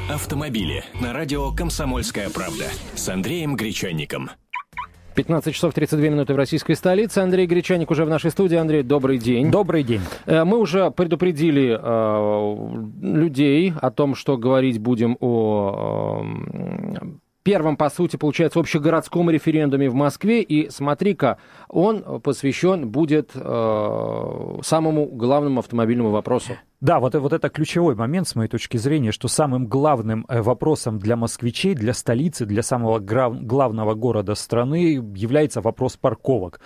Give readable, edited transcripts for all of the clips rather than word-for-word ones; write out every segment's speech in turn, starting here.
Автомобили на радио «Комсомольская правда» с Андреем Гречанником. 15 часов 32 минуты в российской столице. Андрей Гречанник уже в нашей студии. Андрей, добрый день. Добрый день. Мы уже предупредили людей о том, что говорить будем о первом, по сути, получается, общегородском референдуме в Москве. И смотри-ка, он посвящен будет самому главному автомобильному вопросу. Да, вот это ключевой момент, с моей точки зрения, что самым главным вопросом для москвичей, для столицы, для самого главного города страны является вопрос парковок.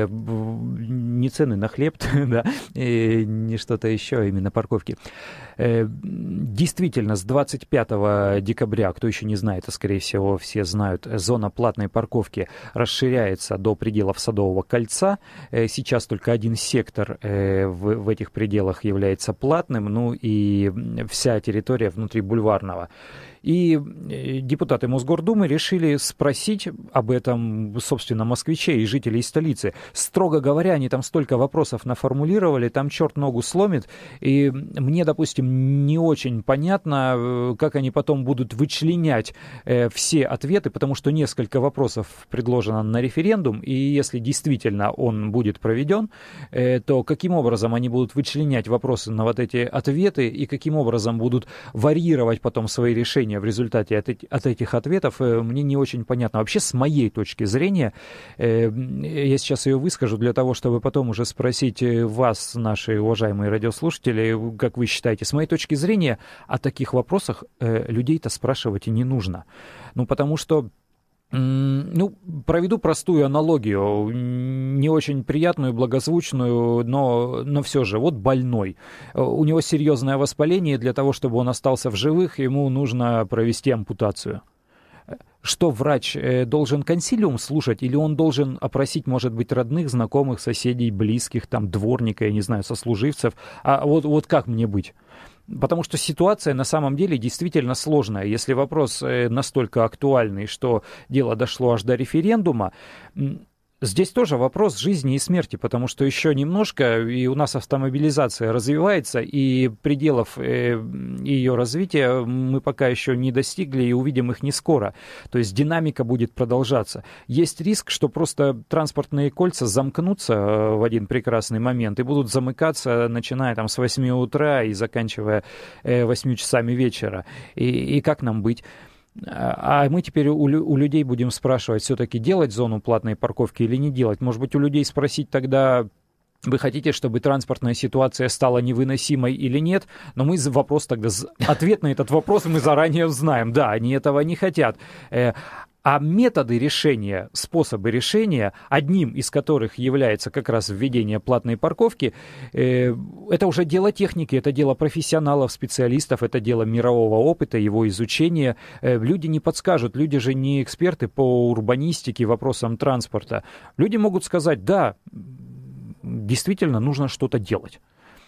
Не цены на хлеб, да, не что-то еще, а именно парковки. Действительно, с 25 декабря, кто еще не знает, а скорее всего все знают, зона платной парковки расширяется до пределов Садового кольца. Сейчас только один сектор в этих пределах является платным, ну и вся территория внутри Бульварного. И депутаты Мосгордумы решили спросить об этом, собственно, москвичей и жителей столицы. Строго говоря, они там столько вопросов наформулировали, там черт ногу сломит. И мне, допустим, не очень понятно, как они потом будут вычленять все ответы, потому что несколько вопросов предложено на референдум, и если действительно он будет проведен, то каким образом они будут вычленять вопросы на вот эти ответы и каким образом будут варьировать потом свои решения в результате от этих ответов, мне не очень понятно. Вообще, с моей точки зрения, я сейчас ее выскажу для того, чтобы потом уже спросить вас, наши уважаемые радиослушатели, как вы считаете, с моей точки зрения, о таких вопросах людей-то спрашивать и не нужно. Ну, потому что проведу простую аналогию, не очень приятную, благозвучную, но все же. Вот больной. У него серьезное воспаление, для того, чтобы он остался в живых, ему нужно провести ампутацию. Что врач должен консилиум слушать, или он должен опросить, может быть, родных, знакомых, соседей, близких, там, дворника, я не знаю, сослуживцев? А вот как мне быть? Потому что ситуация на самом деле действительно сложная. Если вопрос настолько актуальный, что дело дошло аж до референдума, здесь тоже вопрос жизни и смерти, потому что еще немножко, и у нас автомобилизация развивается, и пределов ее развития мы пока еще не достигли, и увидим их не скоро. То есть динамика будет продолжаться. Есть риск, что просто транспортные кольца замкнутся в один прекрасный момент и будут замыкаться, начиная там с 8 утра и заканчивая 8 часами вечера. И как нам быть? А мы теперь у людей будем спрашивать, все-таки делать зону платной парковки или не делать. Может быть, у людей спросить тогда: вы хотите, чтобы транспортная ситуация стала невыносимой или нет? Но мы ответ на этот вопрос мы заранее знаем. Да, они этого не хотят. А методы решения, способы решения, одним из которых является как раз введение платной парковки, это уже дело техники, это дело профессионалов, специалистов, это дело мирового опыта, его изучения. Люди не подскажут, люди же не эксперты по урбанистике, вопросам транспорта. Люди могут сказать: да, действительно нужно что-то делать.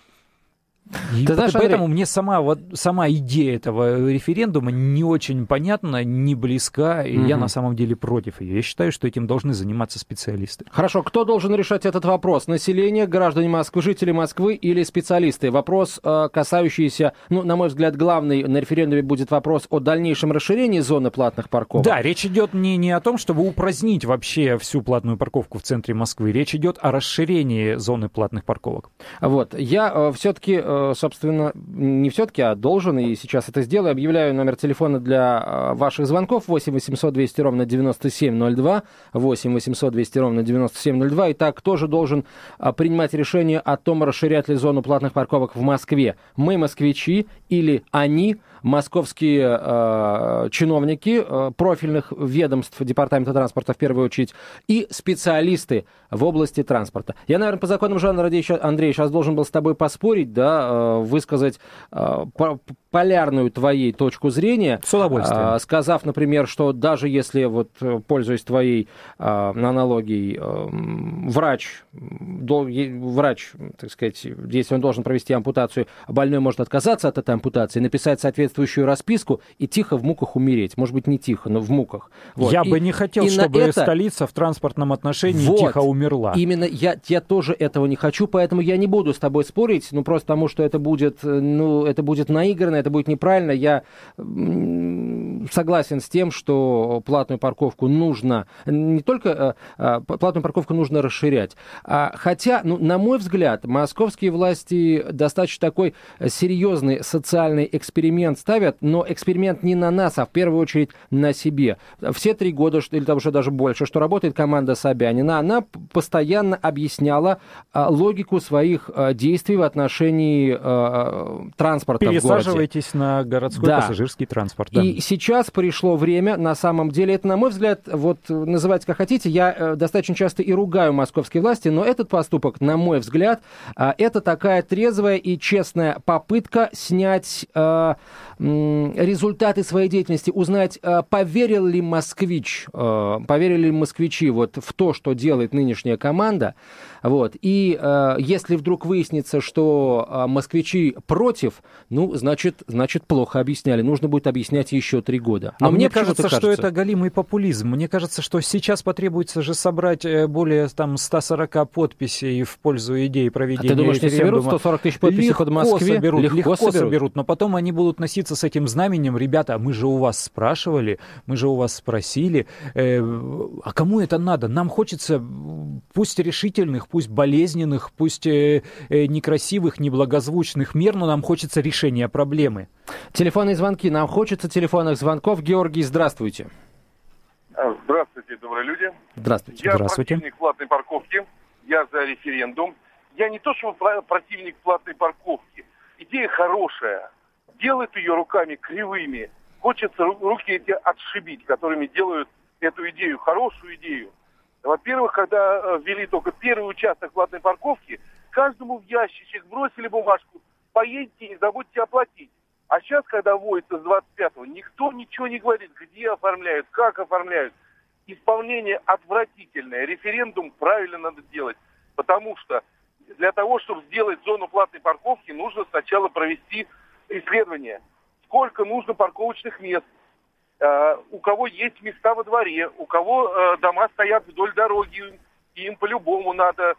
И поэтому мне сама идея этого референдума не очень понятна, не близка, и я на самом деле против ее. Я считаю, что этим должны заниматься специалисты. Хорошо, кто должен решать этот вопрос? Население, граждане Москвы, жители Москвы или специалисты? Вопрос, касающийся, на мой взгляд, главный на референдуме будет вопрос о дальнейшем расширении зоны платных парковок. Да, речь идет не о том, чтобы упразднить вообще всю платную парковку в центре Москвы. Речь идет о расширении зоны платных парковок. Вот, я все-таки... собственно, не все-таки, а должен, и сейчас это сделаю. Объявляю номер телефона для ваших звонков: 8 800 200 ровно 9702, 8 800 200 ровно 9702. Итак, кто же должен принимать решение о том, расширять ли зону платных парковок в Москве? Мы, москвичи, или они, московские чиновники профильных ведомств Департамента транспорта в первую очередь, и специалисты в области транспорта? Я, наверное, по законам жанра, Андрей, сейчас должен был с тобой поспорить, да, высказать полярную твоей точку зрения. С удовольствием. Сказав, например, что даже если, вот, пользуясь твоей аналогией, врач, так сказать, если он должен провести ампутацию, больной может отказаться от этой ампутации, написать соответствующую расписку и тихо в муках умереть. Может быть, не тихо, но в муках. Вот. Я бы не хотел, чтобы столица в транспортном отношении тихо умерла. Именно я тоже этого не хочу, поэтому я не буду с тобой спорить, просто потому что это будет наигранно, это будет неправильно. Я согласен с тем, что платную парковку нужно, не только платную парковку нужно расширять. Хотя, на мой взгляд, московские власти достаточно такой серьезный социальный эксперимент ставят, но эксперимент не на нас, а в первую очередь на себе. Все 3 года, или там уже даже больше, что работает команда Собянина, она постоянно объясняла логику своих действий в отношении транспорта в городе. Пересаживайтесь на городской пассажирский транспорт. Да. И сейчас пришло время, на самом деле, это, на мой взгляд, вот называйте как хотите, я достаточно часто и ругаю московские власти, но этот поступок, на мой взгляд, это такая трезвая и честная попытка снять результаты своей деятельности, узнать, поверил ли москвич, поверили ли москвичи вот в то, что делает нынешняя команда. Вот. И если вдруг выяснится, что москвичи против, значит, плохо объясняли. Нужно будет объяснять еще 3 года. Но мне кажется, что это голимый популизм. Мне кажется, что сейчас потребуется же собрать более 140 подписей в пользу идеи проведения ты думаешь, референдума. Не соберут 140 тысяч подписей под Москве? Легко соберут. Но потом они будут носиться с этим знаменем. Ребята, мы же у вас спрашивали, мы же у вас спросили. А кому это надо? Нам хочется, пусть решительных, пусть болезненных, пусть некрасивых, неблагозвучных мер, но нам хочется решения проблемы. Телефонные звонки. Нам хочется телефонных звонков. Георгий, здравствуйте. Здравствуйте, добрые люди. Здравствуйте. Я противник платной парковки. Я за референдум. Я не то, что противник платной парковки. Идея хорошая. Делают ее руками кривыми. Хочется руки эти отшибить, которыми делают эту идею, хорошую идею. Во-первых, когда ввели только первый участок платной парковки, каждому в ящичек бросили бумажку: поедете, не забудьте оплатить. А сейчас, когда вводится с 25-го, никто ничего не говорит, где оформляют, как оформляют. Исполнение отвратительное. Референдум правильно надо делать. Потому что для того, чтобы сделать зону платной парковки, нужно сначала провести исследование. Сколько нужно парковочных мест, у кого есть места во дворе, у кого дома стоят вдоль дороги, и им по-любому надо,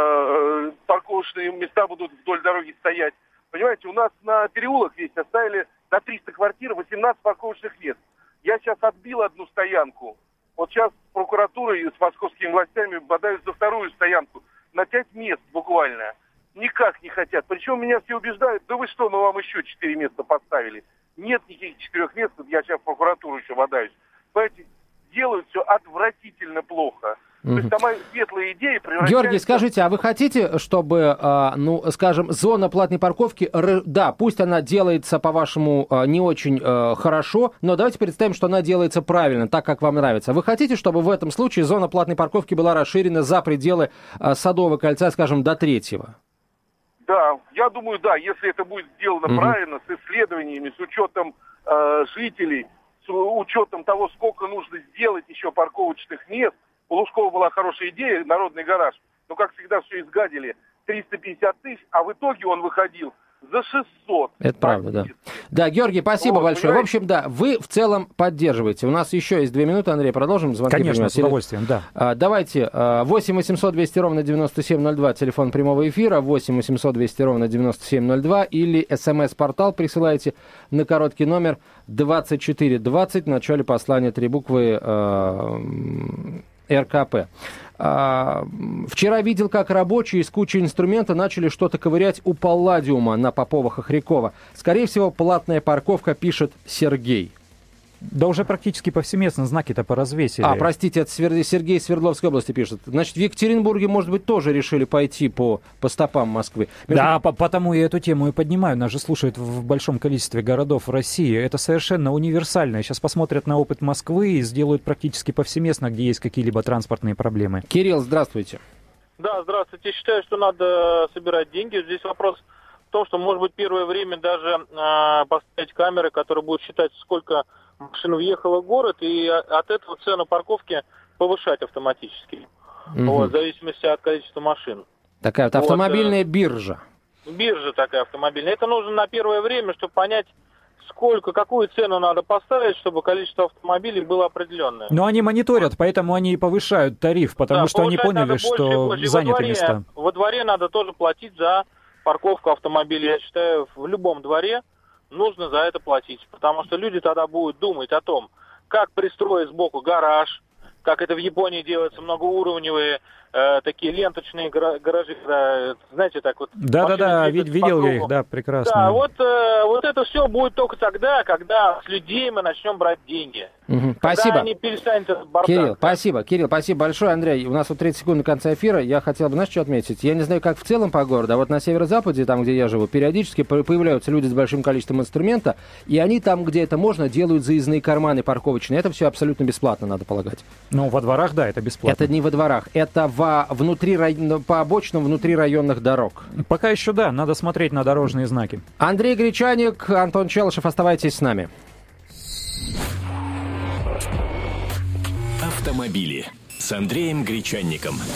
парковочные места будут вдоль дороги стоять. Понимаете, у нас на переулок весь оставили на 300 квартир 18 парковочных мест. Я сейчас отбил одну стоянку. Вот сейчас прокуратура и с московскими властями бодают за вторую стоянку. На 5 мест буквально. Никак не хотят. Причем меня все убеждают: да вы что, мы вам еще 4 места поставили. Нет никаких 4 мест, я сейчас в прокуратуру еще бодаюсь. Понимаете, делают все отвратительно плохо. То есть сама светлая идея превращается... Георгий, скажите, а вы хотите, чтобы, скажем, зона платной парковки, да, пусть она делается, по-вашему, не очень хорошо, но давайте представим, что она делается правильно, так, как вам нравится. Вы хотите, чтобы в этом случае зона платной парковки была расширена за пределы Садового кольца, скажем, до 3-го? Да, я думаю, да, если это будет сделано правильно, с исследованиями, с учетом жителей, с учетом того, сколько нужно сделать еще парковочных мест. У Лужкова была хорошая идея, народный гараж, но, как всегда, все изгадили. 350 тысяч, а в итоге он выходил за 600. Это правда, да. Да, Георгий, спасибо большое. Понимаете? В общем, да, вы в целом поддерживаете. У нас еще есть 2 минуты, Андрей, продолжим. Звонки Конечно, принимать. с удовольствием, да. Давайте, 8 800 200 ровно 9702, телефон прямого эфира, 8 800 200 ровно 9702, или смс-портал присылайте на короткий номер 2420, в начале послания 3 буквы РКП. Вчера видел, как рабочие с кучей инструмента начали что-то ковырять у Палладиума на Попова-Хохрякова. Скорее всего, платная парковка, пишет Сергей. Да уже практически повсеместно знаки-то поразвесили. Простите, это Сергей из Свердловской области пишет. Значит, в Екатеринбурге, может быть, тоже решили пойти по стопам Москвы. Да, потому я эту тему и поднимаю. Нас же слушают в большом количестве городов России. Это совершенно универсально. Сейчас посмотрят на опыт Москвы и сделают практически повсеместно, где есть какие-либо транспортные проблемы. Кирилл, здравствуйте. Да, здравствуйте. Считаю, что надо собирать деньги. Здесь вопрос в том, что, может быть, первое время даже поставить камеры, которые будут считать, сколько машина въехала в город, и от этого цену парковки повышать автоматически. В зависимости от количества машин. Такая вот автомобильная биржа. Биржа такая автомобильная. Это нужно на первое время, чтобы понять, какую цену надо поставить, чтобы количество автомобилей было определенное. Но они мониторят, поэтому они и повышают тариф, потому что они поняли, что заняты места. Во дворе надо тоже платить за парковку автомобилей. Я считаю, в любом дворе нужно за это платить. Потому что люди тогда будут думать о том, как пристроить сбоку гараж, как это в Японии делается, многоуровневые такие ленточные гаражи, знаете, так вот. Да, видел я их, да, прекрасно. Да, вот это все будет только тогда, когда с людей мы начнем брать деньги. Спасибо. Когда они перестанут этот бардак. Кирилл, спасибо большое. Андрей, у нас вот 30 секунд до конца эфира. Я хотел бы, знаешь, что отметить? Я не знаю, как в целом по городу, а вот на северо-западе, там, где я живу, периодически появляются люди с большим количеством инструмента, и они там, где это можно, делают заездные карманы парковочные. Это все абсолютно бесплатно, надо полагать. Ну, во дворах, да, это бесплатно. Это не во дворах, это по обочинам внутри районных дорог. Пока еще, да, надо смотреть на дорожные знаки. Андрей Гречаник, Антон Челышев, оставайтесь с нами. Автомобили с Андреем Гречанником.